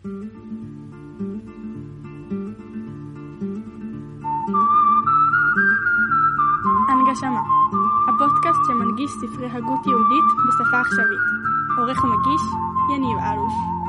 הנגשמה, הפודקאסט שמנגיש ספרי הגות יהודית בשפה עכשווית. עורך ומגיש, יניב אלוש.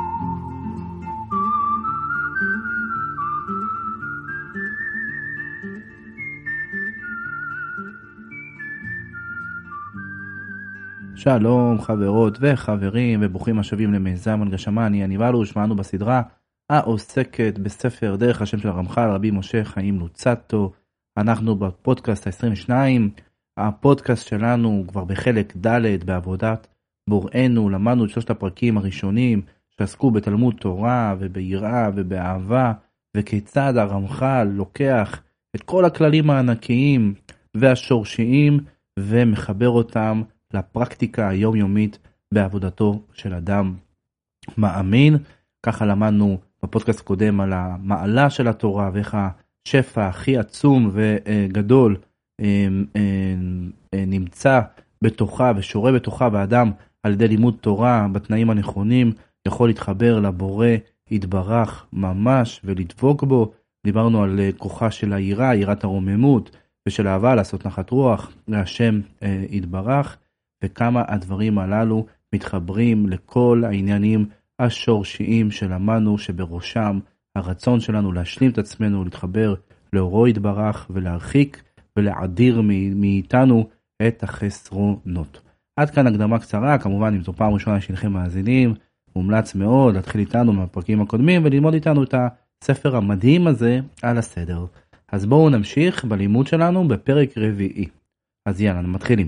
שלום חברות וחברים וברוכים השבים למיזם הנגשמה. אני יניב אלוש, ואנו בסדרה העוסקת בספר דרך השם של הרמח"ל רבי משה חיים לוצאטו. אנחנו בפודקאסט ה-22, הפודקאסט שלנו כבר בחלק ד' בעבודת בוראנו. למדנו את 3 הפרקים הראשונים שעסקו בתלמוד תורה וביראה ובאהבה, וכיצד הרמח"ל לוקח את כל הכללים הענקיים והשורשיים ומחבר אותם לפרקטיקה היומיומית בעבודתו של אדם מאמין. ככה למדנו בפודקאסט הקודם על המעלה של התורה ואיך השפע הכי עצום וגדול נמצא בתוכה ושורה בתוכה, באדם על ידי לימוד תורה בתנאים הנכונים יכול להתחבר לבורא יתברך ממש ולדבוק בו. דיברנו על כוחה של היראה, יראת הרוממות, ושל אהבה לעשות נחת רוח להשם יתברך, וכמה הדברים הללו מתחברים לכל העניינים השורשיים שלמדנו, שבראשם הרצון שלנו להשלים את עצמנו, להתחבר לאורו יתברך ולהרחיק ולהעדיר מאיתנו את החסרונות. עד כאן הקדמה קצרה. כמובן אם זו פעם ראשונה שלכם מאזינים, מומלץ מאוד להתחיל איתנו מהפרקים הקודמים וללמוד איתנו את הספר המדהים הזה על הסדר. אז בואו נמשיך בלימוד שלנו בפרק רביעי. אז יאללה, מתחילים.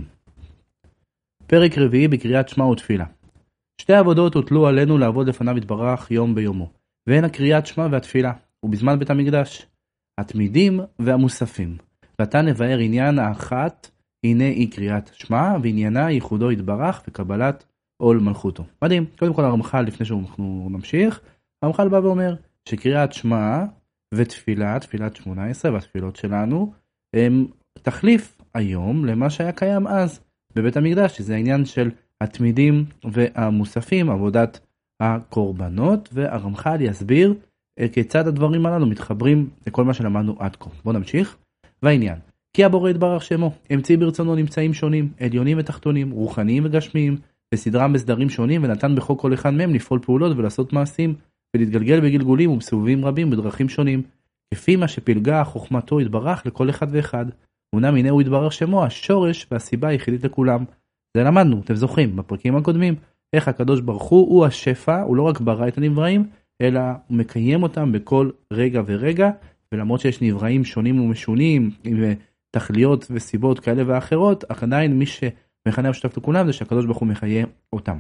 פרק רביעי בקריאת שמע ותפילה. 2 עבודות הוטלו עלינו לעבוד לפניו יתברך יום ביומו, והן הקריאת שמע והתפילה, ובזמן בית המקדש, התמידים והמוספים. ועתה נבהר עניין האחת, הנה היא קריאת שמע, ועניינה ייחודו יתברך וקבלת עול מלכותו. מדהים. קודם כל הרמח"ל, לפני שאנחנו נמשיך, הרמח"ל בא ואומר שקריאת שמע ותפילה, תפילת 18 והתפילות שלנו, הם תחליף היום למה שהיה קיים אז בבית המקדש, שזה העניין של התמידים והמוספים, עבודת הקורבנות, והרמח"ל יסביר כיצד הדברים הללו מתחברים לכל מה שלמדנו עד כה. בואו נמשיך. והעניין, כי הבורא יתברך שמו, המציא ברצונו נמצאים שונים, עליונים ותחתונים, רוחניים וגשמיים, וסדרם בסדרים שונים, ונתן בחוק כל אחד מהם לפעול פעולות ולעשות מעשים, ולהתגלגל בגלגולים ובסבבים רבים בדרכים שונים, כפי מה שפילגה חוכמתו יתברך לכל אחד ואחד. אומנם הנה הוא יתברך שמו, השורש והסיבה היחידית לכולם. זה למדנו, אתם זוכרים, בפרקים הקודמים, איך הקדוש ברוך הוא השפע, הוא לא רק ברא את הנבראים, אלא הוא מקיים אותם בכל רגע ורגע, ולמרות שיש נבראים שונים ומשונים, עם תכליות וסיבות כאלה ואחרות, אך עדיין מי שמכנה משותף לכולם זה שהקדוש ברוך הוא מחיה אותם,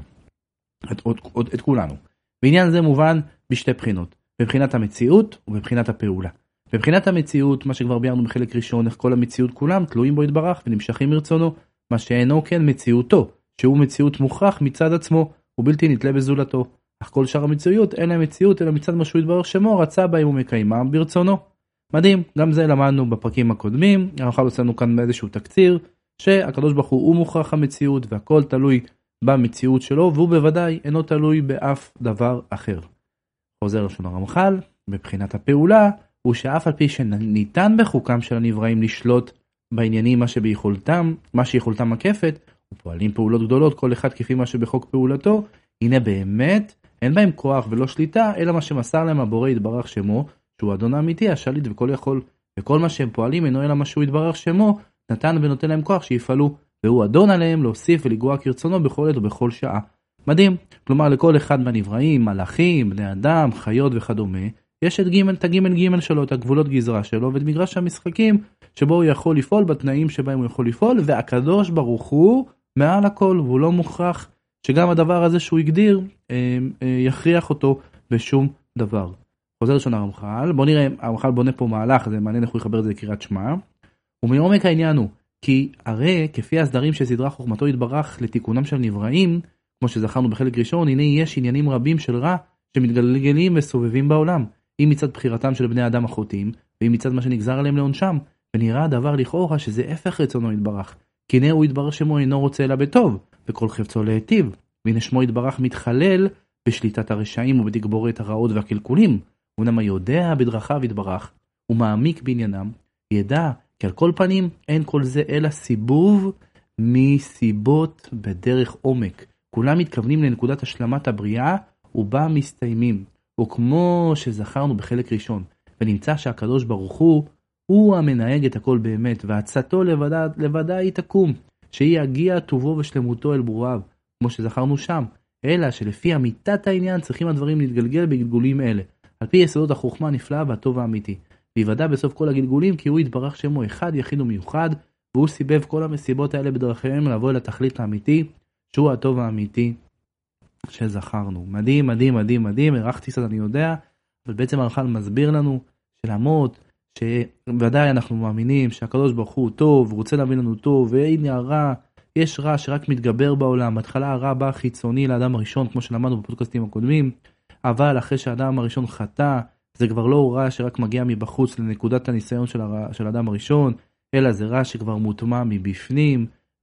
את כולנו. בעניין זה מובן בשתי בחינות, בבחינת המציאות ובבחינת הפעולה. בבחינת המציאות, מה שכבר ביארנו בחלק ראשון, איך כל המציאות כולם תלויים בו יתברך ונמשכים מרצונו, מה שאינו כן מציאותו, שהוא מציאות מוכרח מצד עצמו, ובלתי נתלה בזולתו. אך כל שאר המציאות אין להם מציאות, אלא מצד מה שהוא יתברך שמו, רצה בהם ומקיימם ברצונו. מדהים, גם זה למדנו בפרקים הקודמים. הרמח"ל עושה לנו כאן איזשהו תקציר, שהקדוש ברוך הוא מוכרח המציאות, והכל תלוי במציאות שלו, והוא בוודאי אינו תלוי באף דבר אחר. חוזר לשון הרמח"ל, בבחינת הפעולה, הוא שאף על פי שניתן בחוקם של הנבראים לשלוט בעניינים מה שיכולתם מקפת, ופועלים פעולות גדולות כל אחד כפי מה שבחוק פעולתו, הנה באמת אין בהם כוח ולא שליטה, אלא מה שמסר להם הבורא יתברך שמו, שהוא אדון האמיתי, השליט וכל יכול, וכל מה שהם פועלים אינו אלא מה שהוא יתברך שמו, נתן ונותן להם כוח שיפעלו, והוא אדון עליהם להוסיף ולגרוע כרצונו בכל עת ובכל שעה. מדהים, כלומר לכל אחד מהנבראים, מלאכים, בני אדם, חיות וכדומה, יש את הג' שלו, את הגבולות גזרה שלו, ואת מגרש המשחקים שבו הוא יכול לפעול, בתנאים שבהם הוא יכול לפעול, והקדוש ברוך הוא מעל הכל, והוא לא מוכרח שגם הדבר הזה שהוא הגדיר יכריח אותו בשום דבר. חוזר לשון הרמח"ל, בוא נראה, הרמח"ל בונה פה מהלך, זה מעניין איך הוא יחבר את זה לקריאת שמע, ומעומק העניין הוא, כי הרי כפי הסדרים שסדרה חוכמתו יתברך לתיקונם של נבראים, כמו שזכרנו בחלק ראשון, הנה יש עניינים רבים של רע שמתגלגלים וסובבים בעולם, אם מצד בחירתם של בני אדם החוטאים, ואם מצד מה שנגזר עליהם לעונשם, ונראה הדבר לכאורה שזה הפך רצונו יתברך, כי הנה הוא יתברך שמו אינו רוצה אלא בטוב, וכל חפצו להיטיב, והנה שמו יתברך מתחלל בשליטת הרשעים ובתגבורת הרעות והקלקולים. אומנם היודע בדרכיו יתברך ומעמיק בעניינם, ידע כי על כל פנים אין כל זה אלא סיבוב מסיבות בדרך עומק. כולם מתכוונים לנקודת השלמת הבריאה ובה מסתיימים. וכמו שזכרנו בחלק ראשון, ונמצא שהקדוש ברוך הוא המנהג את הכל באמת, ועצתו לבדה היא תקום, שהיא יגיע טובו ושלמותו אל ברוריו, כמו שזכרנו שם, אלא שלפי אמיתת העניין צריכים הדברים להתגלגל בגלגולים אלה, על פי יסודות החוכמה הנפלאה והטוב האמיתי, ויוודע בסוף כל הגלגולים כי הוא יתברך שמו אחד יחיד ומיוחד, והוא סיבב כל המסיבות האלה בדרכיהם לבוא אל התכלית האמיתי, שהוא הטוב האמיתי שזכרנו. מדהים, מדהים, מדהים, מדהים, ערכתי קצת אני יודע, אבל בעצם הרמח"ל מסביר לנו שלמרות שוודאי אנחנו מאמינים שהקדוש ברוך הוא טוב, הוא רוצה להבין לנו טוב, והנה הרע, יש רע שרק מתגבר בעולם, בהתחלה הרע בא חיצוני לאדם הראשון, כמו שלמדנו בפודקאסטים הקודמים, אבל אחרי שהאדם הראשון חטא, זה כבר לא רע שרק מגיע מבחוץ לנקודת הניסיון של האדם הראשון, אלא זה רע שכבר מוטמע מבפנים,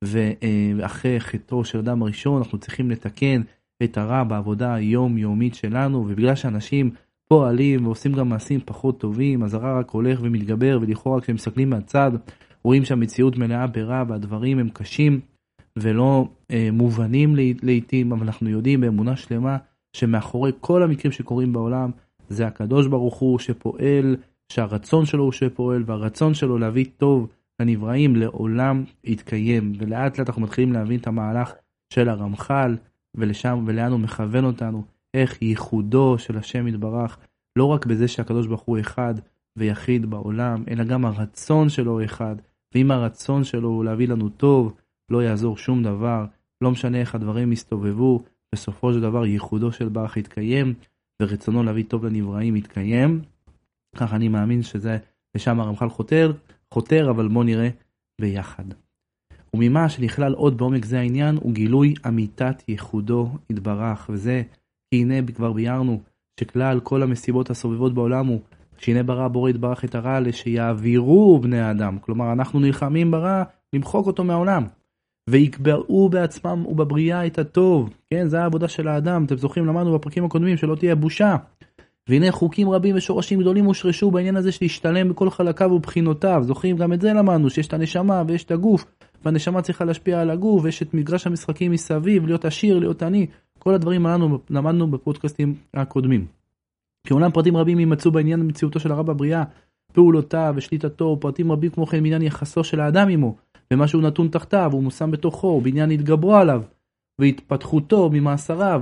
ואחרי חטאו של האדם הראשון אנחנו צריכים לתקן את הרע בעבודה היומיומית שלנו, ובגלל שאנשים פועלים ועושים גם מעשים פחות טובים, אז הרע רק הולך ומתגבר, ולכאורה כשהם מסתכלים מהצד, רואים שהמציאות מלאה ברע, והדברים הם קשים ולא מובנים לעתים, אבל אנחנו יודעים באמונה שלמה, שמאחורי כל המקרים שקורים בעולם, זה הקדוש ברוך הוא שפועל, שהרצון שלו הוא שפועל, והרצון שלו להביא טוב לנבראים לעולם יתקיים, ולאט לאט אנחנו מתחילים להבין את המהלך של הרמח"ל, ולשם ולאן הוא מכוון אותנו, איך ייחודו של השם יתברך, לא רק בזה שהקדוש ברוך הוא אחד ויחיד בעולם, אלא גם הרצון שלו אחד, ואם הרצון שלו הוא להביא לנו טוב, לא יעזור שום דבר, לא משנה איך הדברים מסתובבו, בסופו של דבר ייחודו של ברך יתקיים, ורצונו להביא טוב לנבראים יתקיים. כך אני מאמין שזה, לשם הרמח"ל חותר, אבל בוא נראה ביחד. וממה שנכלל עוד בעומק זה העניין, הוא גילוי אמיתת ייחודו יתברך, וזה כי הנה כבר ביארנו, שכלל כל המסיבות הסובבות בעולם הוא, שהנה ברא בורא יתברך את הרע שיעבירו בני האדם, כלומר אנחנו נלחמים ברע, למחוק אותו מהעולם, ויקבעו בעצמם ובבריאה את הטוב, כן, זה העבודה של האדם, אתם זוכרים, למדנו בפרקים הקודמים שלא תהיה בושה, והנה חוקים רבים ושורשים גדולים הושרשו בעניין הזה להשתלם בכל חלקיו ובחינותיו, זוכרים גם את זה למדנו, שיש את הנשמה ויש את הגוף, והנשמה צריכה להשפיע על הגוף, ויש את מגרש המשחקים מסביב, להיות עשיר, להיות עני, כל הדברים למדנו בפודקאסטים הקודמים. כי עולם פרטים רבים יימצאו בעניין מציאותו של הרע בבריאה, פעולותיו ושליטתו, פרטים רבים כמו כן בעניין יחסו של האדם עמו, ומה שהוא נתון תחתיו, הוא מושם בתוכו, בעניין התגברו עליו, והתפתחותו ממאסריו,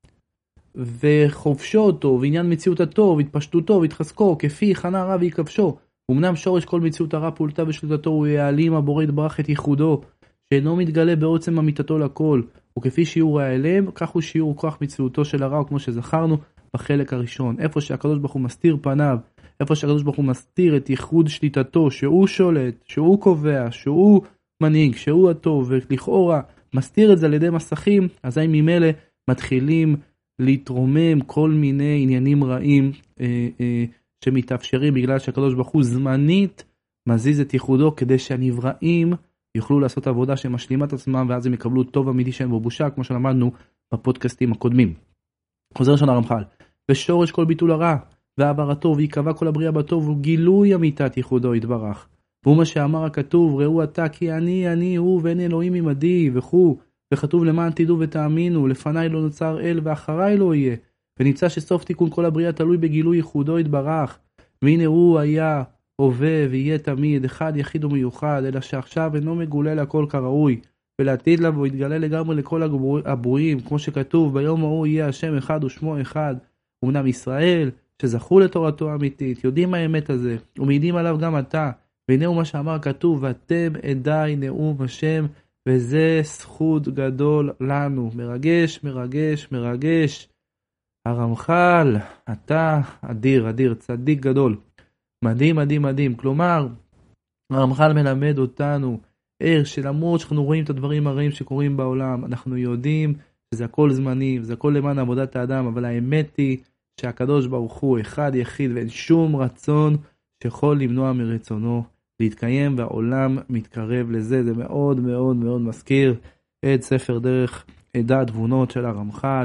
וחופשו אותו, ועניין מציאות הטוב, והתפשטותו, והתחזקו, כפי חנה הרע ויקבשו. אמנם שורש כל מציאות הרע פעולתיו ושליטתו הוא יעלים הבורא יתברך את ייחודו, שאינו מתגלה בעוצם אמיתתו לכל, וכפי שיעור ההיעלם, כך הוא שיעור כוח מציאותו של הרע, כמו שזכרנו בחלק הראשון. איפה שהקדוש ברוך הוא מסתיר פניו, איפה שהקדוש ברוך הוא מסתיר את ייחוד שליטתו, שהוא שולט, שהוא קובע, שהוא מנהיג, שהוא הטוב, ולכאורה מסתיר את זה על ידי מסכים, אזי ממילא מתחילים להתרומם כל מיני עניינים רעים שמתאפשרים בגלל שהקדוש ברוך הוא זמנית מזיז את ייחודו כדי שהנבראים יוכלו לעשות עבודה שמשלימה את עצמם, ואז הם יקבלו טוב אמיתי שאין בו בושה, כמו שלמדנו בפודקאסטים הקודמים. חוזר ראשון הרמח"ל, ושורש כל ביטול הרע והעברתו ויקבע כל הבריאה בטוב הוא גילוי אמיתת ייחודו יתברך, והוא מה שאמר הכתוב, ראו אתה כי אני הוא ואין אלוהים עמדי וכו', וכתוב למען תדעו ותאמינו, לפניי לא נוצר אל ואחריי לא יהיה, ונמצא שסוף תיקון כל הבריאה תלוי בגילוי ייחודו יתברך, והנה הוא היה הווה ויהיה תמיד אחד יחיד ומיוחד, אלא שעכשיו אינו מגולה לכל כראוי, ולעתיד לבוא יתגלה לגמרי לכל הברואים, כמו שכתוב ביום ההוא יהיה השם אחד ושמו אחד. אמנם ישראל שזכו לתורתו האמיתית יודעים האמת הזה ומעידים עליו גם עתה, והנה הוא מה שאמר כתוב, ואתם עדיי נאום השם, וזה זכות גדול לנו. מרגש, מרגש, מרגש. הרמח"ל, אתה אדיר, אדיר, צדיק גדול. מדהים, מדהים, מדהים. כלומר, הרמח"ל מלמד אותנו איך שלמרות שאנחנו רואים את הדברים הרעים שקורים בעולם, אנחנו יודעים שזה הכל זמני, זה הכל למען עבודת האדם, אבל האמת היא שהקדוש ברוך הוא אחד יחיד, ואין שום רצון שיכול למנוע מרצונו להתקיים, והעולם מתקרב לזה. זה מאוד מאוד מאוד מזכיר את ספר דרך עדה תבונות של הרמח"ל,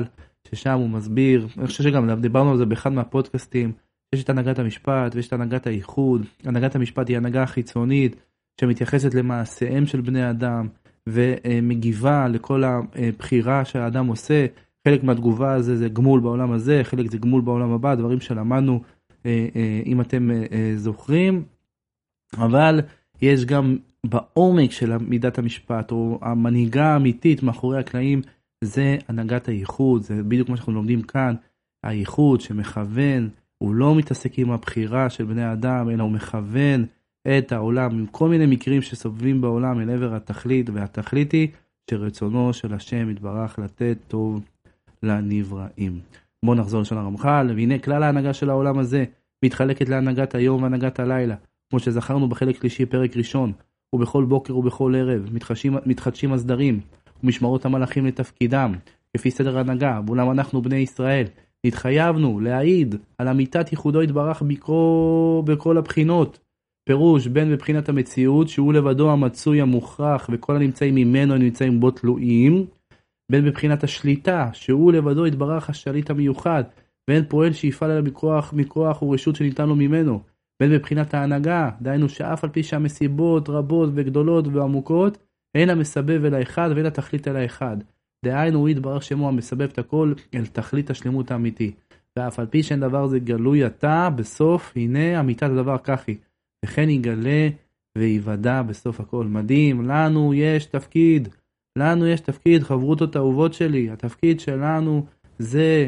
ששם הוא מסביר, אני חושב שגם דיברנו על זה באחד מהפודקאסטים, יש את הנהגת המשפט ויש את הנהגת הייחוד. הנהגת המשפט היא הנהגה חיצונית שמתייחסת למעשיהם של בני אדם ומגיבה לכל הבחירה שהאדם עושה. חלק מהתגובה הזה זה גמול בעולם הזה, חלק זה גמול בעולם הבא, דברים שלמדנו אם אתם זוכרים. אבל יש גם בעומק של מידת המשפט או המנהיגה האמיתית מאחורי הקלעים, זה הנהגת הייחוד. זה בדיוק מה שאנחנו לומדים כאן, הייחוד שמכוון, הוא לא מתעסק עם הבחירה של בני האדם, אלא הוא מכוון את העולם עם כל מיני מקרים שסובבים בעולם אל עבר התכלית, והתכלית היא שרצונו של השם יתברך לתת טוב לנבראים. בואו נחזור לשון הרמח"ל, והנה כלל ההנהגה של העולם הזה מתחלקת להנהגת היום והנהגת הלילה, כמו שזכרנו בחלק שלישי פרק ראשון, ובכל בוקר ובכל ערב מתחדשים הסדרים ומשמרות המלאכים לתפקידם לפי סדר ההנהגה. ואולם אנחנו בני ישראל התחייבנו להעיד על אמיתת ייחודו יתברך בכל הבחינות. פירוש בין בבחינת המציאות שהוא לבדו המצוי המוכרח וכל הנמצאים ממנו נמצאים בו תלויים, בין בבחינת השליטה שהוא לבדו יתברך השליט המיוחד ואין פועל שיפעל עליו מכוח ורשות שניתן לו ממנו, בין בבחינת ההנהגה, דהיינו שאף על פי שהמסיבות רבות וגדולות ועמוקות אין המסבב אל האחד ואין התכלית אל האחד, דהיינו הוא יתברך שמו המסבב את הכל אל תכלית השלמות האמיתי, ואף על פי שאין דבר זה גלוי עתה בסוף הנה אמיתת הדבר כך היא, וכן יגלה ויוודע בסוף הכל. מדהים, לנו יש תפקיד, חברותות אהובות שלי, התפקיד שלנו זה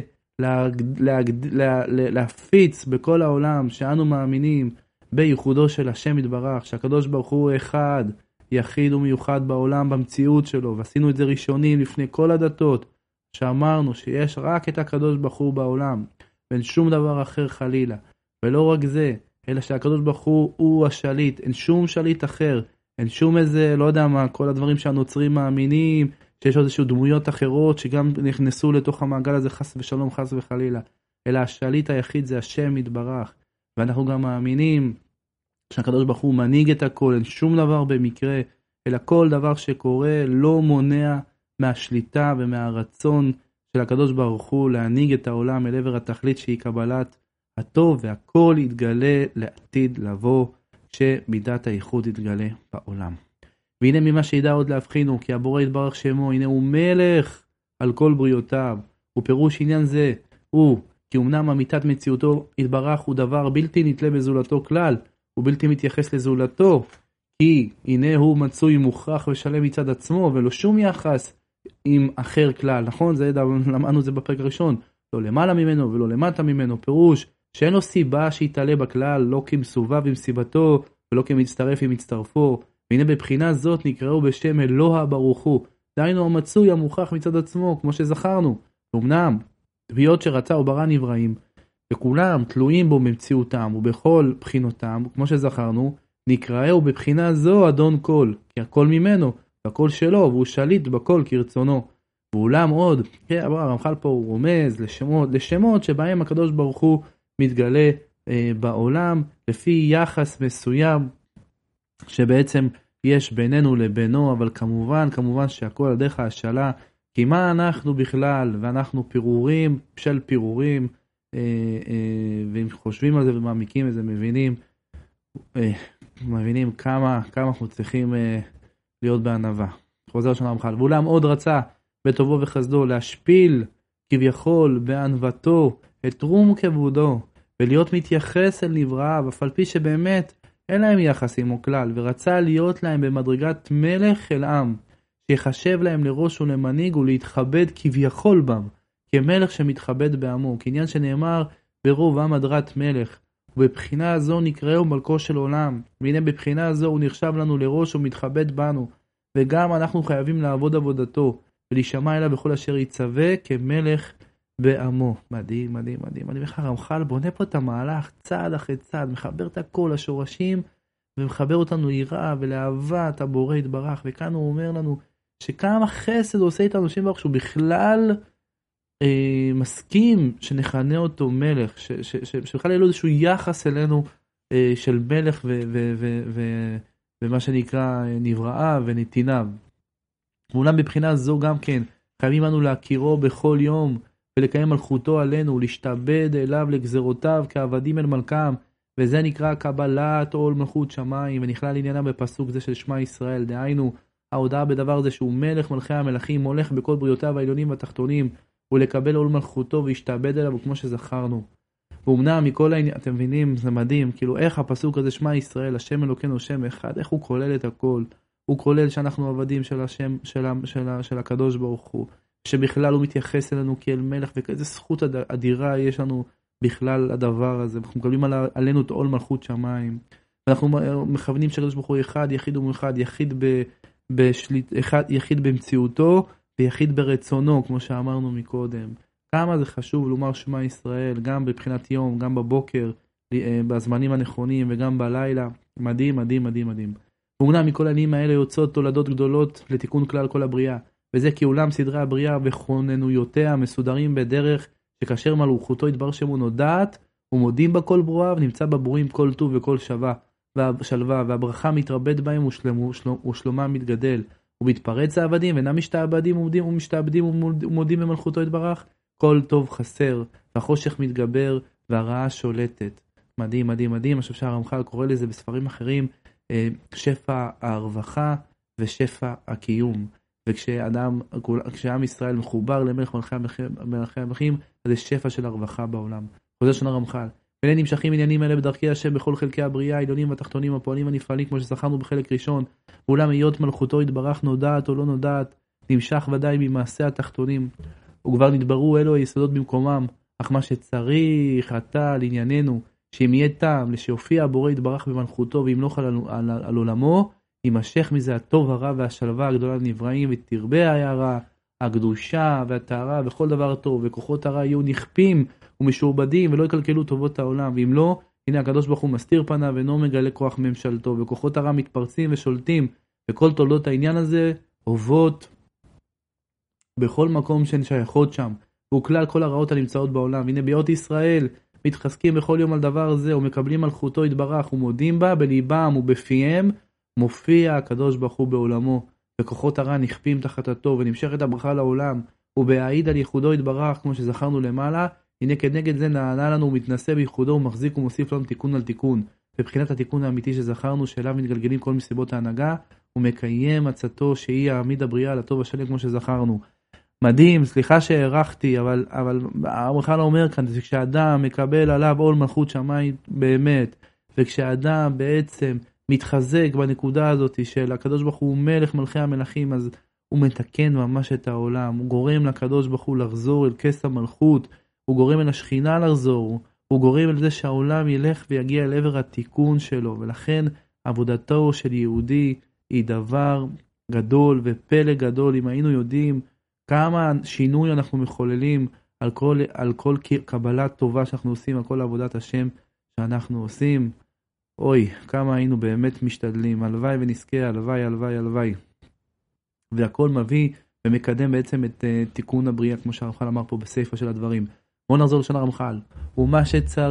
להפיץ בכל העולם שאנו מאמינים בייחודו של השם יתברך, שהקדוש ברוך הוא אחד, יחיד ומיוחד בעולם במציאות שלו, ועשינו את זה ראשונים לפני כל הדתות, שאמרנו שיש רק את הקדוש ברוך הוא בעולם, ואין שום דבר אחר חלילה, ולא רק זה, אלא שהקדוש ברוך הוא השליט, אין שום שליט אחר, אין שום איזה, לא יודע מה, כל הדברים שהנוצרים מאמינים, שיש עוד איזשהו דמויות אחרות שגם נכנסו לתוך המעגל הזה חס ושלום חס וחלילה, אלא השליט היחיד זה השם יתברך, ואנחנו גם מאמינים שהקדוש ברוך הוא מנהיג את הכל, אין שום דבר במקרה, אלא כל דבר שקורה לא מונע מהשליטה ומהרצון של הקדוש ברוך הוא להנהיג את העולם אל עבר התכלית שהיא קבלת הטוב, והכל יתגלה לעתיד לבוא שמידת הייחוד יתגלה בעולם. והנה ממה שידע עוד להבחינו, כי הבורא יתברך שמו, הנה הוא מלך על כל בריאותיו, ופירוש עניין זה הוא, כי אמנם אמיתת מציאותו יתברך הוא דבר בלתי נתלה בזולתו כלל, הוא בלתי מתייחס לזולתו, כי הנה הוא מצוי מוכרח ושלם מצד עצמו, ולא שום יחס עם אחר כלל, נכון? זה למדנו את זה בפרק הראשון, לא למעלה ממנו ולא למטה ממנו, פירוש שאין לו סיבה שיתעלה בכלל, לא כמסובב עם סיבתו, ולא כמצטרף עם מצטרפו, והנה בבחינה זאת נקראו בשם אלוה ברוך הוא, דהיינו המצוי המוכח מצד עצמו, כמו שזכרנו. אמנם, תביעות שרצה וברא נבראים, וכולם תלויים בו במציאותם ובכל בחינותם, כמו שזכרנו, נקראו בבחינה זו אדון כל, כי הכל ממנו, והכל שלו, והוא שליט בכל כרצונו. ואולם עוד, הרמח"ל פה הוא רומז לשמות שבהם הקדוש ברוך הוא מתגלה בעולם, לפי יחס מסוים שבעצם יש בינינו לבינו, אבל כמובן שהכל על דרך ההשאלה, כי מה אנחנו בכלל, ואנחנו פירורים של פירורים, ואם חושבים על זה ומעמיקים את זה, מבינים כמה אנחנו צריכים להיות בענווה. חוזר של הרמח"ל, ואולם עוד רצה בטובו וחסדו להשפיל כביכול בענוותו את רום כבודו, ולהיות מתייחס אל נבראיו, אף על פי שבאמת אין להם יחס עמו כלל, ורצה להיות להם במדרגת מלך אל עם, שיחשב להם לראש ולמנהיג ולהתכבד כביכול בם, כמלך שמתכבד בעמו, כעניין שנאמר ברוב עם הדרת מלך, ובבחינה זו נקראו מלכו של עולם, והנה בבחינה זו הוא נחשב לנו לראש ומתכבד בנו, וגם אנחנו חייבים לעבוד עבודתו, ולהישמע אליו בכל אשר יצווה כמלך בעמו. מדהים. איך הרמח"ל בונה פה את המהלך צעד אחרי צעד, מחבר את הכל לשורשים, ומחבר אותנו ליראה ולאהבת הבורא יתברך, וכאן הוא אומר לנו שכמה חסד הוא עושה איתנו שם ברוך, שהוא בכלל מסכים שנכנה אותו מלך, שבכלל יהיה לו איזשהו יחס אלינו של מלך ומה שנקרא נבראיו ונתיניו. ואולם בבחינה זו גם כן חייבים לנו להכירו בכל יום ולקיים מלכותו עלינו, ולהשתעבד אליו לגזרותיו כעבדים אל מלכם, וזה נקרא קבלת עול מלכות שמיים, ונכלל עניינם בפסוק זה של שמע ישראל, דהיינו, ההודעה בדבר זה שהוא מלך מלכי המלכים, מולך בכל בריאותיו העליונים והתחתונים, ולקבל עול מלכותו והשתעבד אליו, כמו שזכרנו. ואומנם מכל העניין, אתם מבינים, זה מדהים, כאילו איך הפסוק הזה, שמע ישראל, השם אלוקינו שם אחד, איך הוא כולל את הכל. הוא כולל שאנחנו עבדים של השם, של הקדוש ברוך הוא, שבכלל הוא מתייחס אלינו כאל מלך, ואיזה זכות אדירה יש לנו בכלל הדבר הזה. אנחנו מקבלים עלינו את עול מלכות שמיים. ואנחנו מכוונים שהקדוש ברוך הוא אחד, יחיד ומאוחד, יחיד במציאותו, ויחיד ברצונו, כמו שאמרנו מקודם. כמה זה חשוב לומר שמע ישראל, גם בבחינת יום, גם בבוקר, בזמנים הנכונים, וגם בלילה. מדהים, מדהים, מדהים, מדהים. ואומנם מכל העניינים האלה יוצאות תולדות גדולות לתיקון כלל כל הבריאה. וזה כי אולם סדרי הבריאה וכוננויותיה מסודרים בדרך שכאשר מלכותו ידבר שמו נודעת, ומודים בכל ברואה, ונמצא בברואים כל טוב וכל שלווה, והברכה מתרבד בהם ושלומם מתגדל. ומתפרץ העבדים, ואינם משתעבדים ומשתעבדים ומודים במלכותו יתברך. כל טוב חסר, והחושך מתגבר, והרעה שולטת. מדהים, מדהים, מדהים. עכשיו שהרמח"ל קורא לזה בספרים אחרים, שפע הרווחה ושפע הקיום. וכשעם ישראל מחובר למלך מלכי המלכים, אז יש שפע של הרווחה בעולם. חוזר שונה רמח"ל. ואלה נמשכים עניינים אלה בדרכי השם בכל חלקי הבריאה, העליונים והתחתונים, הפועלים הנפעלים, כמו שזכרנו בחלק ראשון. ואולם היות מלכותו יתברך נודעת או לא נודעת, נמשך ודאי ממעשה התחתונים. וכבר נדברו אלו היסודות במקומם, אך מה שצריך עתה לענייננו, שאם יהיה טעם לשיופיע הבורא יתברך במלכותו וימלוך על עולמו, יימשך מזה הטוב הרע והשלווה הגדולה לנבראים, ותרבה ההערה, הקדושה והטהרה וכל דבר טוב, וכוחות הרע יהיו נכפים ומשורבדים ולא יקלקלו טובות העולם. ואם לא, הנה הקדוש ברוך הוא מסתיר פניו ואינו מגלה כוח ממשלתו, וכוחות הרע מתפרצים ושולטים, וכל תולדות העניין הזה הוות בכל מקום שהן שייכות שם, והוא כלל כל הרעות הנמצאות בעולם. והנה ביות ישראל מתחזקים בכל יום על דבר זה, ומקבלים מלכותו יתברך, ומודים בה בליבם ובפיהם, מופיע הקדוש ברוך הוא בעולמו, וכוחות הרע נכפים תחתתו, ונמשכת הברכה לעולם, ובהעיד על ייחודו יתברך, כמו שזכרנו למעלה. הנה כנגד זה נענה לנו ומתנשא בייחודו, ומחזיק ומוסיף לנו תיקון על תיקון, בבחינת התיקון האמיתי שזכרנו, שאליו מתגלגלים כל מסיבות ההנהגה, ומקיים עצתו שהיא העמיד הבריאה לטוב השלם, כמו שזכרנו. מדהים, סליחה שהערכתי, אבל הרמח"ל אומר כאן, זה כשאדם מקבל עליו עול מלכות שמיים באמת, וכשאדם בעצם מתחזק בנקודה הזאת של הקדוש ברוך הוא מלך מלכי המלכים, אז הוא מתקן ממש את העולם, הוא גורם לקדוש ברוך הוא לחזור אל כס המלכות, הוא גורם אל השכינה לחזור, הוא גורם אל זה שהעולם ילך ויגיע אל עבר התיקון שלו, ולכן עבודתו של יהודי היא דבר גדול ופלא גדול. אם היינו יודעים כמה שינוי אנחנו מחוללים על כל קבלה טובה שאנחנו עושים, על כל עבודת השם שאנחנו עושים, אוי, כמה היינו באמת משתדלים. הלוואי ונזכה, הלוואי, הלוואי, הלוואי. והכל מביא ומקדם בעצם את תיקון הבריאה, כמו שהרמח"ל אמר פה בספר של הדברים. בואו נחזור לשון הרמח"ל. ומה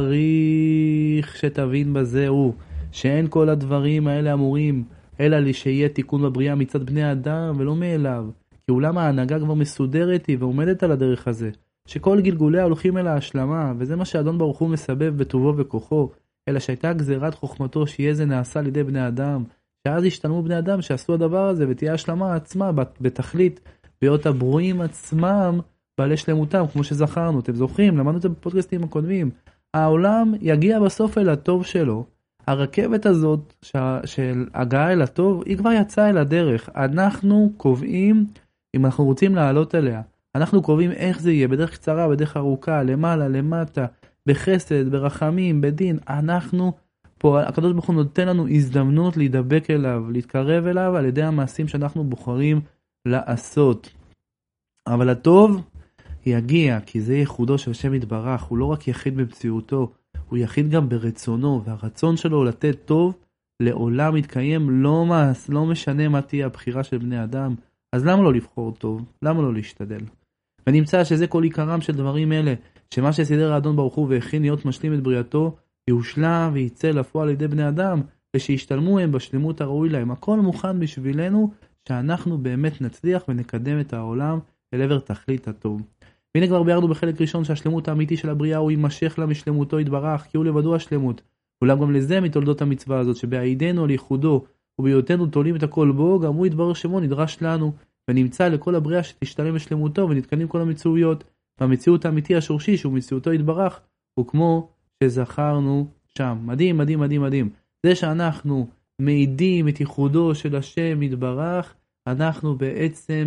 שצריך שתבין בזה הוא שאין כל הדברים האלה אמורים אלא שיהיה תיקון בבריאה מצד בני אדם ולא מאליו. כי אולם ההנהגה כבר מסודרת היא ועומדת על הדרך הזה, שכל גלגוליה הולכים אל ההשלמה, וזה מה שאדון ברוך הוא מסבב בטובו וכוחו, אלא שהייתה גזירת חוכמתו שיהיה זה נעשה על ידי בני אדם, שאז השתלמו בני אדם שעשו הדבר הזה, ותהיה השלמה עצמה בתכלית, להיות הברואים עצמם בעלי שלמותם, כמו שזכרנו. אתם זוכרים, למדנו את זה בפודקאסטים הקודמים. העולם יגיע בסוף אל הטוב שלו. הרכבת הזאת של הגעה אל הטוב, היא כבר יצאה אל הדרך. אנחנו קובעים, אם אנחנו רוצים לעלות אליה, אנחנו קובעים איך זה יהיה, בדרך קצרה, בדרך ארוכה, למעלה, למטה, בחסד, ברחמים, בדין. אנחנו פה, הקדוש ברוך הוא נותן לנו הזדמנות להידבק אליו, להתקרב אליו על ידי המעשים שאנחנו בוחרים לעשות. אבל הטוב יגיע, כי זה ייחודו של השם יתברך. הוא לא רק יחיד במציאותו, הוא יחיד גם ברצונו, והרצון שלו לתת טוב לעולם מתקיים, לא משנה מה תהיה הבחירה של בני אדם. אז למה לא לבחור טוב? למה לא להשתדל? ונמצא שזה כל עיקרם של דברים אלה, שמה שסידר האדון ברוך הוא והכין להיות משלים את בריאתו, יושלם וייצא לפועל על ידי בני אדם, ושישתלמו הם בשלמות הראוי להם. הכל מוכן בשבילנו, שאנחנו באמת נצליח ונקדם את העולם אל עבר תכלית הטוב. והנה כבר ביארנו בחלק ראשון שהשלמות האמיתי של הבריאה הוא יימשך לה משלמותו יתברך, כי הוא לבדו השלמות. אולם גם לזה מתולדות המצווה הזאת, שבעידנו על ייחודו ובהיותנו תולים את הכל בו, גם הוא יתברך שמו נדרש לנו, ונמצא לכל הבריאה שתשתלם בשלמותו ונתקנים כל המציאויות. והמציאות האמיתי השורשי שהוא מציאותו יתברך, הוא כמו שזכרנו שם. מדהים, מדהים, מדהים, מדהים. זה שאנחנו מעידים את ייחודו של השם יתברך, אנחנו בעצם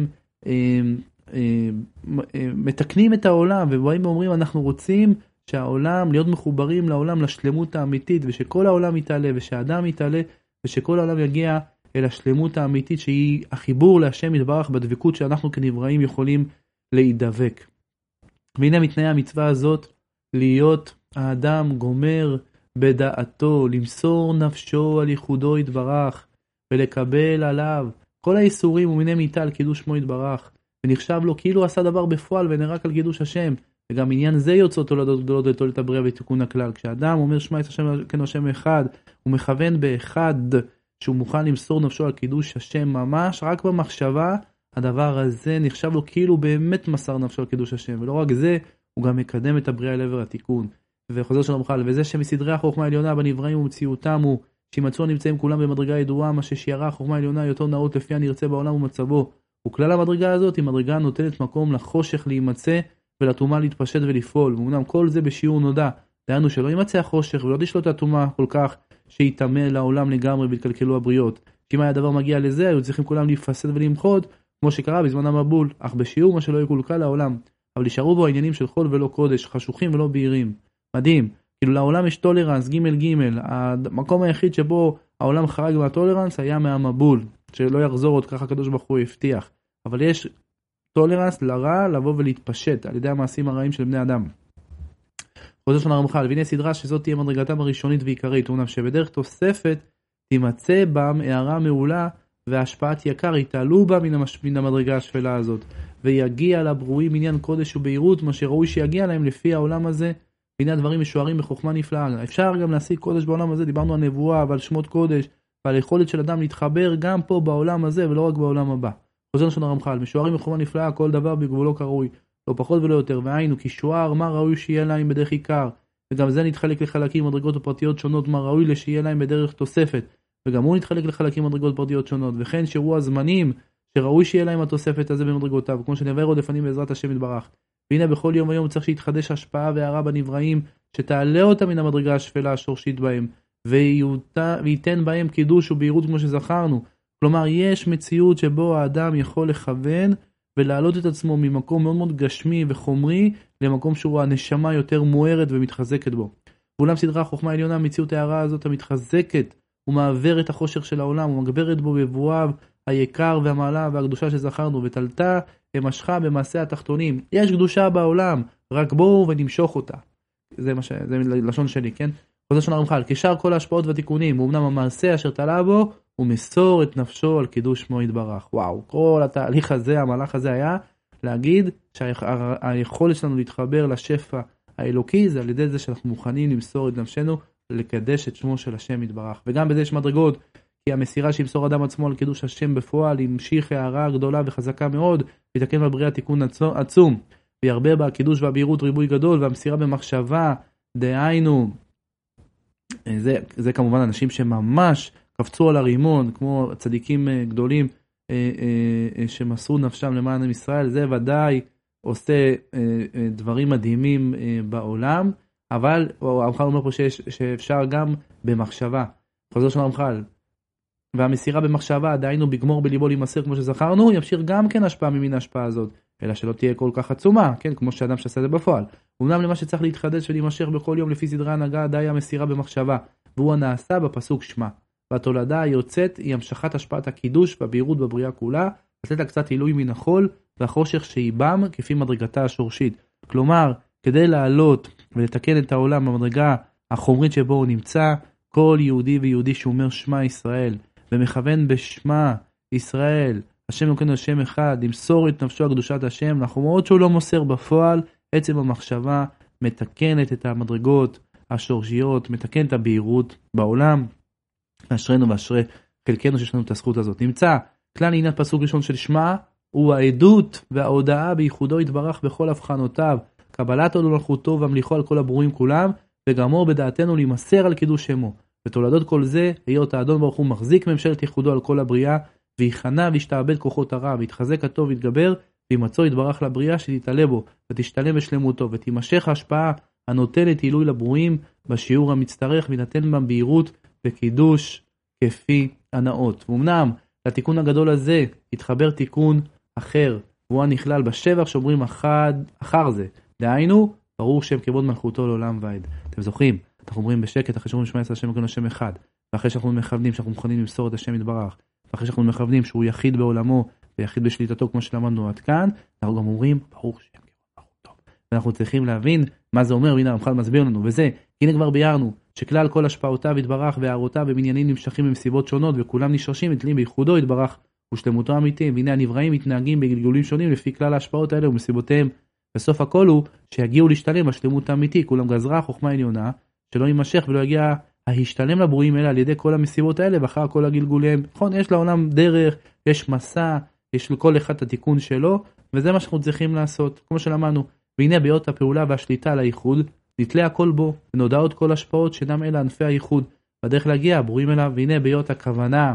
מתקנים את העולם, ובאים ואומרים אנחנו רוצים שהעולם, להיות מחוברים לעולם, לשלמות האמיתית, ושכל העולם יתעלה, ושהאדם יתעלה, ושכל העולם יגיע אל השלמות האמיתית, שהיא החיבור להשם יתברך בדבקות שאנחנו כנבראים יכולים להידבק. והנה מתנאי המצווה הזאת, להיות האדם גומר בדעתו, למסור נפשו על ייחודו יתברך, ולקבל עליו כל האיסורים ומיני מיתה על קידוש שמו יתברך, ונחשב לו כאילו עשה דבר בפועל ונרק על קידוש השם. וגם עניין זה יוצא תולדות גדולות לתולדת הבריאה ותיקון הכלל. כשאדם אומר שמע את השם כן השם אחד, הוא מכוון באחד שהוא מוכן למסור נפשו על קידוש השם ממש, רק במחשבה הדבר הזה נחשב לו כאילו באמת מסר נפשו על קידוש השם. ולא רק זה, הוא גם מקדם את הבריאה לעבר התיקון. וחוזר שלום חל, וזה שמסדרי החוכמה העליונה בנבראים ומציאותם הוא שימצאו הנמצאים כולם במדרגה ידועה, מה ששיערה החוכמה העליונה יותר נאות לפי הנרצה בעולם ומצבו. וכלל המדרגה הזאת היא מדרגה נותנת מקום לחושך להימצא ולטומאה להתפשט ולפעול. ואומנם כל זה בשיעור נודע, דהיינו שלא יימצא החושך ולא תשלוט הטומאה כל כך שיתאמה לעולם לגמרי והתקלקלו הבריות. כי אם היה דבר מגיע לזה, היו צריכים כולם להיפסד ולמחות, כמו שקרה בזמן המבול, אך בשיעור מה שלא יקולקל לעולם. אבל יישארו בו העניינים של חול ולא קודש, חשוכים ולא בהירים. מדהים, כאילו לעולם יש טולרנס, ג' המקום היחיד שבו העולם חרג מהטולרנס היה מהמבול, שלא יחזור עוד ככה הקדוש ברוך הוא הבטיח. אבל יש טולרנס לרע לבוא ולהתפשט על ידי המעשים הרעים של בני אדם. חוזר של הרמח"ל, והנה סדרה שזאת תהיה מדרגתם הראשונית ועיקרית, אומנם שבדרך תוספת תימצא בם הערה מעולה והשפעת יקר יתעלו בה מן המדרגה השפלה הזאת, ויגיע לברואים עניין קודש ובהירות, מה שראוי שיגיע להם לפי העולם הזה. והנה הדברים משוערים בחוכמה נפלאה. אפשר גם להשיג קודש בעולם הזה, דיברנו על נבואה ועל שמות קודש ועל יכולת של אדם להתחבר גם פה בעולם הזה ולא רק בעולם הבא. חוזר של הרמח"ל, משוערים בחוכמה נפלאה, כל דבר בגבולו כראוי, לא פחות ולא יותר. והיינו כי שוער מה ראוי שיהיה להם בדרך עיקר, וגם זה נתחלק לחלקים מדרגות ופרטיות שונות, מה ראוי לשיהיה להם בדרך תוספת, וגם הוא נתחלק לחלקים מדרגות פרטיות שונות. וכן שהוא הזמנים שראוי שיהיה להם התוספת הזה במדרגותיו, כמו שנבהר עוד לפנים בעזרת השם יתברך. והנה בכל יום ויום צריך שיתחדש השפעה והערה בנבראים, שתעלה אותה מן המדרגה השפלה השורשית בהם, וייתן בהם קידוש ובהירות כמו שזכרנו. כלומר, יש מציאות שבו האדם יכול לכוון ולהעלות את עצמו ממקום מאוד מאוד גשמי וחומרי, למקום שהוא הנשמה יותר מוארת ומתחזקת בו. ואולם סדרה החוכמה העליונה, מציאות הערה הזאת המתחזקת, ומעבר את החושך של העולם, ומגברת בו בבואיו היקר והמעלה והקדושה שזכרנו, ותלתה המשכה במעשה התחתונים. יש קדושה בעולם, רק בואו ונמשוך אותה. זה לשון שלי, כן? חוזר של הרמח"ל, כשאר כל ההשפעות והתיקונים, ואומנם המעשה אשר תלה בו, הוא מסור את נפשו על קידוש שמו יתברך. וואו, כל התהליך הזה, המהלך הזה היה להגיד שהיכולת שלנו להתחבר לשפע האלוקי, זה על ידי זה שאנחנו מוכנים למסור את נפשנו, לקדש את שמו של השם יתברך. וגם בזה יש מדרגות, כי המסירה שימסור אדם עצמו על קידוש השם בפועל, ימשיך הערה גדולה וחזקה מאוד, ויתקן בבריאה תיקון עצום, וירבה בה הקידוש והבהירות ריבוי גדול, והמסירה במחשבה, דהיינו, זה כמובן אנשים שממש קפצו על הרימון, כמו צדיקים גדולים שמסרו נפשם למען עם ישראל, זה ודאי עושה דברים מדהימים בעולם, אבל הרמח"ל אומר פה שאפשר גם במחשבה. חוזר של הרמח"ל, והמסירה במחשבה, דהיינו בגמור בליבו להימסר כמו שזכרנו, ימשיך גם כן השפעה ממין ההשפעה הזאת, אלא שלא תהיה כל כך עצומה, כן, כמו שאדם שעשה זה בפועל. אומנם למה שצריך להתחדש ולהימשך בכל יום לפי סדרי הנהגה, די המסירה במחשבה, והוא הנעשה בפסוק שמה. והתולדה היוצאת היא המשכת השפעת הקידוש והבהירות בבריאה כולה, לתת לה קצת עילוי מן החול והחושך שאיבם כפי מדרגתה השורשית. כלומר, כדי לעלות ולתקן את העולם במדרגה החומרית שבו הוא נמצא, כל יהודי ויהודי שאומר שמה ישראל, ומכוון בשמה ישראל, השם אלוקינו השם אחד, למסור את נפשו על קדושת השם, למרות שהוא לא מוסר בפועל, עצם המחשבה מתקנת את המדרגות השורשיות, מתקנת את הבהירות בעולם. אשרנו ואשרי חלקנו שיש לנו את הזכות הזאת. נמצא כלל עניין פסוק ראשון של שמה, הוא העדות וההודעה בייחודו יתברך בכל הבחנותיו, קבלת עול מלכותו והמליכו על כל הברואים כולם, וגמור בדעתנו להימסר על קידוש שמו. ותולדות כל זה, היות האדון ברוך הוא מחזיק ממשלת ייחודו על כל הבריאה, ויחנה וישתעבד כוחות הרע, ויתחזק הטוב ויתגבר, וימצוא יתברך לבריאה שתתעלה בו, ותשתלם בשלמותו, ותימשך ההשפעה הנותנת עילוי לברואים, בשיעור המצטרך, וינתן בם בהירות וקידוש כפי הנאות. ואומנם, לתיקון הגדול הזה, התחבר תיקון אחר, והוא הנכלל בשבח שאומרים אחר זה. דהיינו, ברור שם כבוד מלכותו לעולם ועד. אתם זוכרים, אנחנו אומרים בשקט, אחרי שאומרים שמע ישראל השם אלוקינו השם אחד, ואחרי שאנחנו מכוונים, שאנחנו מוכנים למסור את השם יתברך, ואחרי שאנחנו מכוונים שהוא יחיד בעולמו, ויחיד בשליטתו כמו שלמדנו עד כאן, אנחנו גם אומרים, ברוך שם כבוד מלכותו. ואנחנו צריכים להבין מה זה אומר, והנה הרמח"ל מסביר לנו, וזה, הנה כבר ביארנו, שכלל כל השפעותיו יתברך והערותיו במניינים נמשכים במסיבות שונות, וכולם נשרשים ותלים בייחודו יתברך ושלמותו האמיתיים, והנה הנבראים מתנהגים בגלגולים שונים לפי כלל ההשפעות האלה ומסיבותיהם. בסוף הכל הוא שיגיעו להשתלם בשלמות האמיתי, כולם גזרה חוכמה עליונה, שלא יימשך ולא יגיע ההשתלם לברואים אלה על ידי כל המסיבות האלה ואחר כל הגלגוליהם. נכון, יש לעולם דרך, יש מסע, יש לכל אחד את התיקון שלו, וזה מה שאנחנו צריכים לעשות, כמו שלמדנו. והנה ביות הפעולה והשליטה על הייחוד, נתלה הכל בו, ונודעות כל השפעות שאינם אלה ענפי הייחוד, בדרך להגיע הברואים אליו, והנה ביות הכוונה,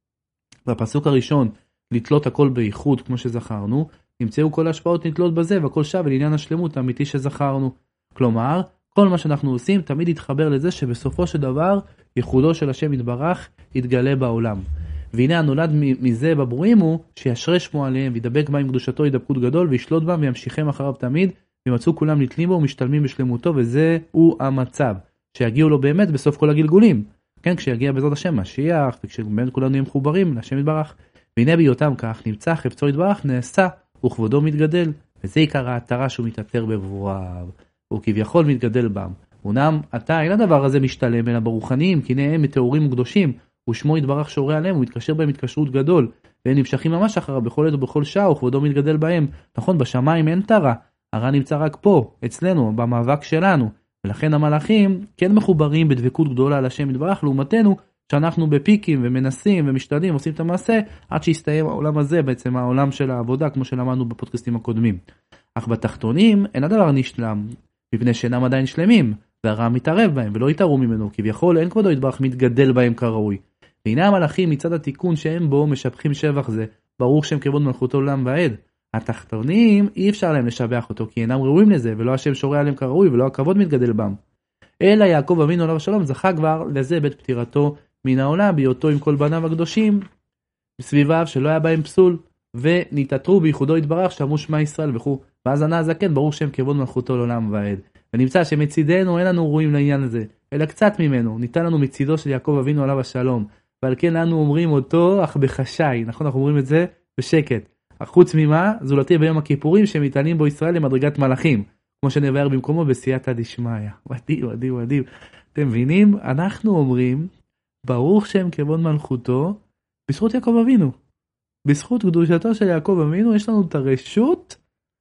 בפסוק הראשון, לתלות הכל בייחוד, כמו שזכרנו, נמצאו כל השפעות נתלות בזה, והכל שב לעניין השלמות האמיתי שזכרנו. כלומר, כל מה שאנחנו עושים תמיד יתחבר לזה שבסופו של דבר, ייחודו של השם יתברך יתגלה בעולם. והנה הנולד מזה בברואים הוא, שישרה שמו עליהם, וידבק בהם קדושתו ידבקות גדול, וישלוט בהם וימשיכם אחריו תמיד, וימצאו כולם נתלים בו ומשתלמים בשלמותו, וזה הוא המצב, שיגיעו לו באמת בסוף כל הגלגולים. כן, כשיגיע בעזרת השם משיח, וכשבאמת כולנו נהיה מחוברים להשם יתברך. והנה בהיותם כך, נמצא חפצו יתברך, נעשה, וכבודו מתגדל, וזה עיקר ההתרה שהוא מתעטר בברוריו, הוא כביכול מתגדל בם. אומנם עתה אין הדבר הזה משתלם, אלא ברוחניים, כי הנה הם מטהורים וקדושים, ושמו יתברך שורה עליהם, הוא מתקשר בהם התקשרות גדול, והם נמשכים ממש אחריו בכל עת ובכל שעה, וכבודו מתגדל בהם. נכון, בשמיים אין תרה, הרע נמצא רק פה, אצלנו, במאבק שלנו, ולכן המלאכים כן מחוברים בדבקות גדולה על השם יתברך, לעומתנו, שאנחנו בפיקים ומנסים ומשתדלים, עושים את המעשה, עד שיסתיים העולם הזה, בעצם העולם של העבודה, כמו שלמדנו בפודקאסטים הקודמים. אך בתחתונים אין הדבר נשלם, מפני שאינם עדיין שלמים, והרע מתערב בהם, ולא יתערו ממנו, כביכול אין כבודו יתברך מתגדל בהם כראוי. והנה המלאכים מצד התיקון שהם בו משבחים שבח זה, ברוך שם כבוד מלכותו לעולם ועד. התחתונים אי אפשר להם לשבח אותו, כי אינם ראויים לזה, ולא השם שורה עליהם כראוי, ולא הכבוד מתגדל בם. אלא יעקב אבינו עליו השלום זכה כבר לזה בעת פטירתו מן העולם, בהיותו עם כל בניו הקדושים בסביביו שלא היה בהם פסול, ונתעטרו בייחודו יתברך שמעו שמע ישראל וכו'. ואז ענה הזקן ברוך שם כבוד מלכותו לעולם ועד. ונמצא שמצידנו אין לנו ראויים לעניין הזה, אלא קצת ממנו, ניתן לנו מצידו של יעקב אבינו עליו השלום, ועל כן אנו אומרים אותו אך בחשאי. נכון, אנחנו אומרים את זה בשקט. אך חוץ ממה, זולתי ביום הכיפורים שמתעלים בו ישראל למדרגת מלאכים, כמו שנבהר במקומו בסייעתא דשמיא. מדהים. אתם מבינים? אנחנו אומרים ברוך שם כבוד מלכותו בזכות יעקב אבינו. בזכות קדושתו של יעקב אבינו יש לנו את הרשות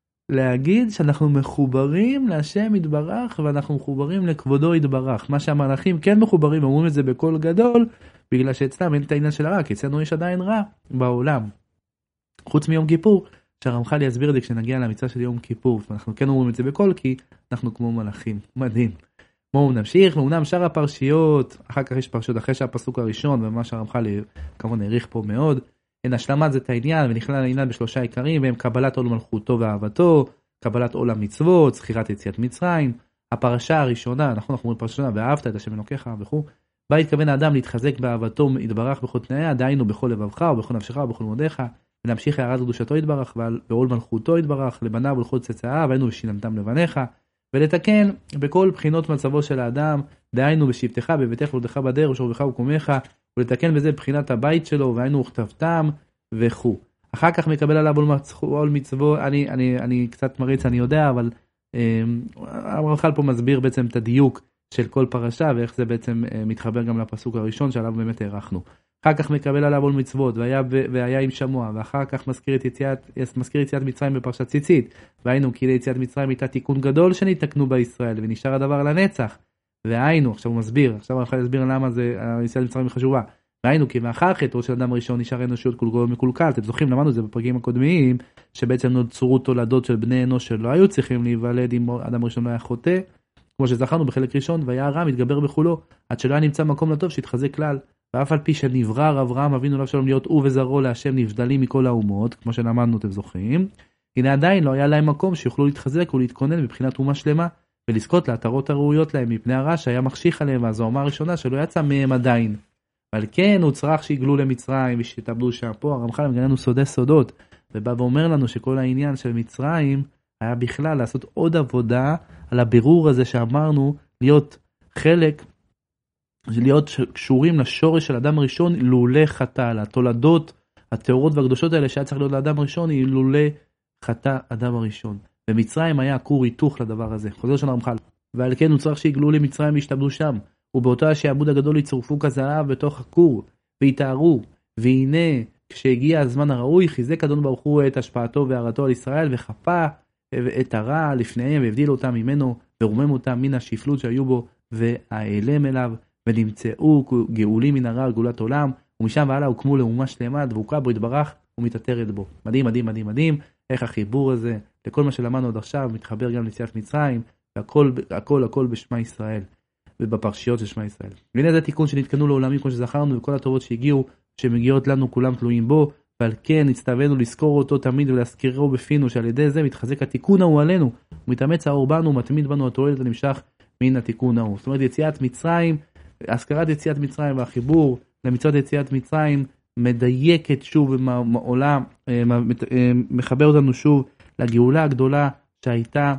להגיד שאנחנו מחוברים להשם יתברך, ואנחנו מחוברים לכבודו יתברך. מה שהמלאכים כן מחוברים, אומרים את זה בקול גדול, בגלל שאצלם אין את העניין של הרע, כי אצלנו יש עדיין רע בעולם. חוץ מיום כיפור, שהרמח"ל יסביר את זה כשנגיע למצווה של יום כיפור, ואנחנו כן אומרים את זה בקול, כי אנחנו כמו מלאכים. מדהים. בואו נמשיך, ואומנם שאר הפרשיות, אחר כך יש פרשיות אחרי שהפסוק הראשון, ומה שהרמח"ל כמובן העריך פה מאוד, הן השלמת זה את העניין, ונכלל העניין בשלושה עיקרים, והם קבלת עול מלכותו ואהבתו, קבלת עול המצוות, זכירת יציאת מצרים. הפרשה הראשונה, אנחנו אומרים פרשה ראשונה, ואהבת את השם אלוקיך וכו', בה התכוון האדם להתחזק באהבתו יתברך בכל תנאיה, דהיינו בכל לבבך ובכל נפשך ובכל מאודיך, ולהמשיך הערת קדושתו יתברך ועול מלכותו יתברך לבניו ולכל צאצאיו, היינו ושילמתם לבניך, ולתקן בכל בחינות מצבו של האדם, דהיינו בשבתך בביתך ולדך בדרך ושוכבך וקומך, ולתקן בזה בחינת הבית שלו, והיינו וכתבתם וכו'. אחר כך מקבל עליו עול מצוות. אני קצת מריץ, אני יודע, אבל הרמח"ל פה מסביר בעצם את הדיוק של כל פרשה, ואיך זה בעצם מתחבר גם לפסוק הראשון שעליו באמת הערכנו. אחר כך מקבל עליו עול מצוות, והיה עם שמוע, ואחר כך מזכיר יציאת מצרים בפרשת ציצית, והיינו כי ליציאת מצרים הייתה תיקון גדול שנתקנו בישראל, ונשאר הדבר לנצח. והיינו, עכשיו הוא מסביר, עכשיו הרמח"ל יסביר למה זה יציאת מצרים חשובה. ראינו כי מאחר חטאו של אדם הראשון נשאר אנושיות כולו מקולקל. אתם זוכרים, למדנו את זה בפרקים הקודמים, שבעצם נוצרו תולדות של בני אנוש שלא היו צריכים להיוולד אם אדם הראשון לא היה חוטא, כמו שזכרנו בחלק ראשון, והיה הרע מתגבר בכולו, עד שלא היה נמצא מקום לטוב שהתחזק כלל. ואף על פי שנברא אברהם אבינו עליו שלום להיות הוא וזרעו להשם נבדלים מכל האומות, כמו שלמדנו אתם זוכרים, הנה עדיין לא היה להם מקום שיוכלו להתחזק ולהתכונן מבחינת אומה שלמה, ולזכות להתרות הראויות להם מפני הרע שהיה מחשיך עליהם, אז זו האומה הראשונה שלא יצא מהם עדיין. אבל כן הוא צריך שיגלו למצרים ושתאבדו שם. פה הרמח"ל מגלה לנו סודי סודות, ובא ואומר לנו שכל העניין של מצרים היה בכלל לעשות עוד עבודה על הבירור הזה שאמרנו, להיות חלק, להיות קשורים לשורש של אדם הראשון לולא חטא, לתולדות התיאורות והקדושות האלה שהיה צריך להיות לאדם הראשון היא לולא חטא אדם הראשון. ומצרים היה כור היתוך לדבר הזה, חוזר של הרמח"ל. ועל כן הוא צריך שיגלו למצרים וישתאבדו שם, ובאותו השעבוד הגדול יצורפו כזהב בתוך הכור ויתארו. והנה כשהגיע הזמן הראוי חיזק אדון ברוך הוא את השפעתו והערתו על ישראל וחפה את הרע לפניהם והבדיל אותם ממנו ורומם אותם מן השפלות שהיו בו והאלם אליו, ונמצאו גאולים מן הרע גאולת עולם, ומשם והלאה הוקמו לאומה שלמה דבוקה בו יתברך ומתעטרת בו. מדהים מדהים מדהים מדהים איך החיבור הזה לכל מה שלמדנו עד עכשיו מתחבר גם ליציאת מצרים, והכל הכל הכל בשמה ישראל ובפרשיות של שמה ישראל. והנה זה תיקון שנתקנו לעולמים כמו שזכרנו, וכל הטובות שהגיעו שמגיעות לנו כולם תלויים בו, ועל כן נצטווינו לזכור אותו תמיד ולהזכירו בפינו, שעל ידי זה מתחזק התיקון ההוא עלינו, ומתאמץ האור בנו ומתמיד בנו התועלת הנמשך מן התיקון ההוא. זאת אומרת יציאת מצרים, הזכרת יציאת מצרים והחיבור למצוות יציאת מצרים מדייקת שוב מעולם, מחבר אותנו שוב לגאולה הגדולה שהייתה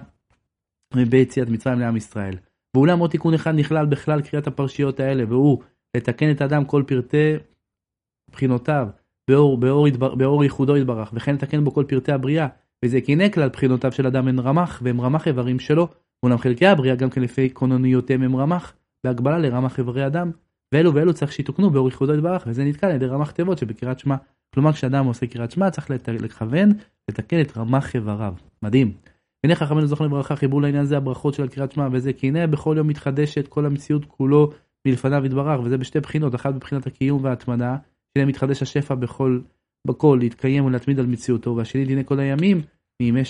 ביציאת מצרים לעם ישראל. ואולם עוד תיקון אחד נכלל בכלל קריאת הפרשיות האלה, והוא לתקן את האדם כל פרטי בחינותיו באור ייחודו יתברך, וכן לתקן בו כל פרטי הבריאה, וזה כי הנה כלל בחינותיו של אדם אין רמ"ח, והם רמ"ח איברים שלו, ואולם חלקי הבריאה גם כן לפי כוננויותיהם הם רמ"ח, בהגבלה לרמ"ח איברי אדם, ואלו ואלו צריך שיתוקנו באור ייחודו יתברך, וזה נתקל על ידי רמ"ח תיבות שבקריאת שמע. כלומר כשאדם עושה קריאת שמע צריך לכוון לתקן את רמ"ח איבריו. מדהים. הנה חכמינו זכרנו לברכה חיבור לעניין זה הברכות של קריאת שמע, וזה כי הנה בכל יום מתחדשת כל המציאות כולו מלפניו יתברך, וזה בשתי בחינות, אחת בבחינת הקיום וההתמדה, שהנה מתחדש השפע בכל להתקיים ולהתמיד על מציאותו, והשני דיני כל הימים מימי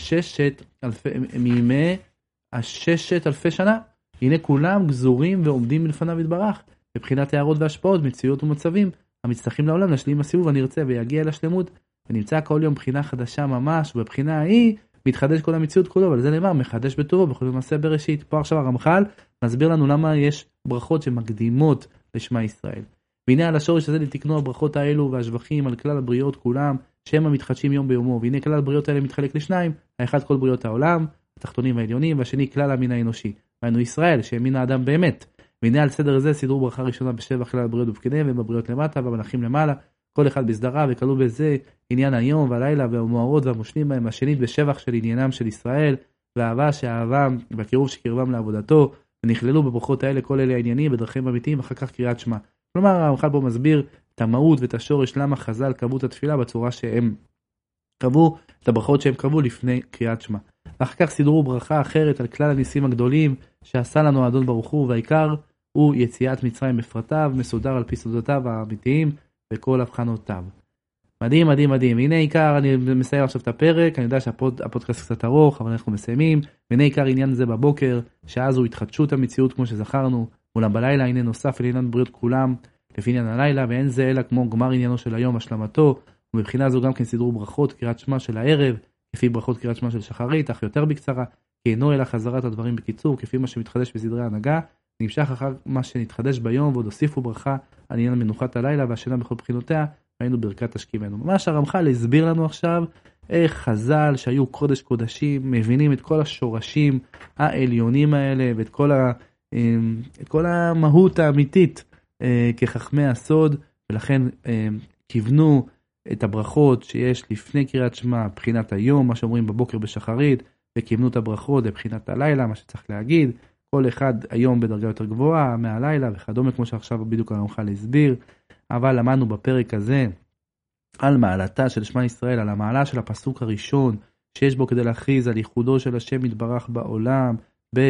6,000 שנה, הנה כולם גזורים ועומדים מלפניו יתברך, בבחינת הערות והשפעות, מציאות ומצבים, המצטרכים לעולם להשלים הסיבוב הנרצה ויגיע לשלמות, ונמצא כל יום בחינה חדשה ממש, ובבחינה ההיא מתחדש כל המציאות כולו, אבל זה נאמר מחדש בטובו בכל מעשה בראשית. פה עכשיו הרמח"ל מסביר לנו למה יש ברכות שמקדימות לשמה ישראל. והנה על השורש הזה לתקנו הברכות האלו והשבחים על כלל הבריאות כולם, שהם המתחדשים יום ביומו. והנה כלל הבריאות האלה מתחלק לשניים, האחד כל בריאות העולם, התחתונים והעליונים, והשני כלל המין האנושי. והיינו ישראל, שהם מין האדם באמת. והנה על סדר הזה סידרו ברכה ראשונה בשבח כלל הבריאות ובפקידיהם, ובבריאות למטה והמלאכים למעלה, כל אחד בסדרה, וכלו בזה עניין היום והלילה והמוארות והמושלים בהם, השנית בשבח של עניינם של ישראל, והאהבה שאהבם והקירוב שקרבם לעבודתו, ונכללו בברכות האלה כל אלה העניינים בדרכים אמיתיים, ואחר כך קריאת שמע. כלומר הרמח"ל פה מסביר את המהות ואת השורש למה חז"ל קבעו את התפילה בצורה שהם קבעו, את הברכות שהם קבעו לפני קריאת שמע. ואחר כך סידרו ברכה אחרת על כלל הניסים הגדולים שעשה לנו האדון ברוך הוא, והעיקר הוא יציאת מצרים בפרטיו, מסודר על פי סודותיו האמיתיים וכל הבחנותיו. מדהים מדהים מדהים. הנה עיקר, אני מסיים עכשיו את הפרק, אני יודע שהפודקאסט קצת ארוך, אבל אנחנו מסיימים. והנה עיקר עניין זה בבוקר, שאז הוא התחדשות המציאות כמו שזכרנו, אולם בלילה הנה נוסף אל עניין בריאות כולם לפי עניין הלילה, ואין זה אלא כמו גמר עניינו של היום השלמתו, ומבחינה זו גם כן סידרו ברכות קריאת שמע של הערב, לפי ברכות קריאת שמע של שחרית, אך יותר בקצרה, כי אינו אלא חזרת הדברים בקיצור, כפי מה שמתחדש בסדרי ההנהגה, נמשך אחר מה שנתחדש ביום, ועוד הוסיפו ברכה על עניין מנוחת הלילה והשינה בכל בחינותיה, ראינו ברכת תשכימנו. ממש הרמח"ל הסביר לנו עכשיו איך חז"ל שהיו קודש קודשים, מבינים את כל השורשים העליונים האלה, ואת כל המהות האמיתית כחכמי הסוד, ולכן כיוונו את הברכות שיש לפני קריאת שמע, בחינת היום, מה שאומרים בבוקר בשחרית, וכיוונו את הברכות לבחינת הלילה, מה שצריך להגיד, כל אחד היום בדרגה יותר גבוהה מהלילה וכדומה, כמו שעכשיו בדיוק הרמח"ל הסביר. אבל למדנו בפרק הזה על מעלתה של שמע ישראל, על המעלה של הפסוק הראשון, שיש בו כדי להכריז על ייחודו של השם יתברך בעולם,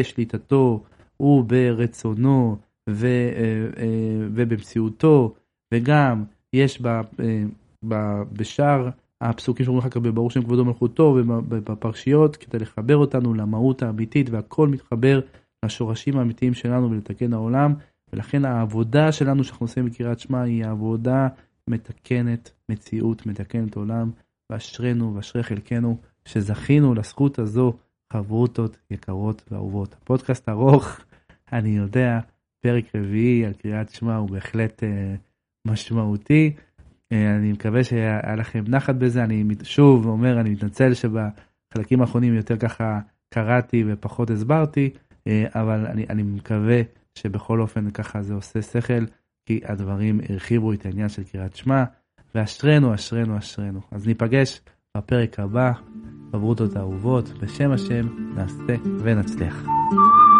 בשליטתו וברצונו ובמציאותו, וגם יש בשאר הפסוקים שאומרים אחר כך בברור שם כבודו מלכותו ובפרשיות, כדי לחבר אותנו למהות האמיתית, והכל מתחבר לשורשים האמיתיים שלנו ולתקן העולם. ולכן העבודה שלנו שאנחנו עושים בקריאת שמע היא העבודה מתקנת מציאות, מתקנת עולם. ואשרנו ואשרי חלקנו שזכינו לזכות הזו, חברותות יקרות ואהובות. הפודקאסט ארוך, אני יודע, פרק רביעי על קריאת שמע הוא בהחלט משמעותי. אני מקווה שהיה לכם נחת בזה. אני שוב אומר, אני מתנצל שבחלקים האחרונים יותר ככה קראתי ופחות הסברתי, אבל אני מקווה שבכל אופן ככה זה עושה שכל, כי הדברים הרחיבו את העניין של קריאת שמע, ואשרנו, אשרנו, אשרנו. אז ניפגש בפרק הבא, חברותות האהובות, בשם השם נעשה ונצליח.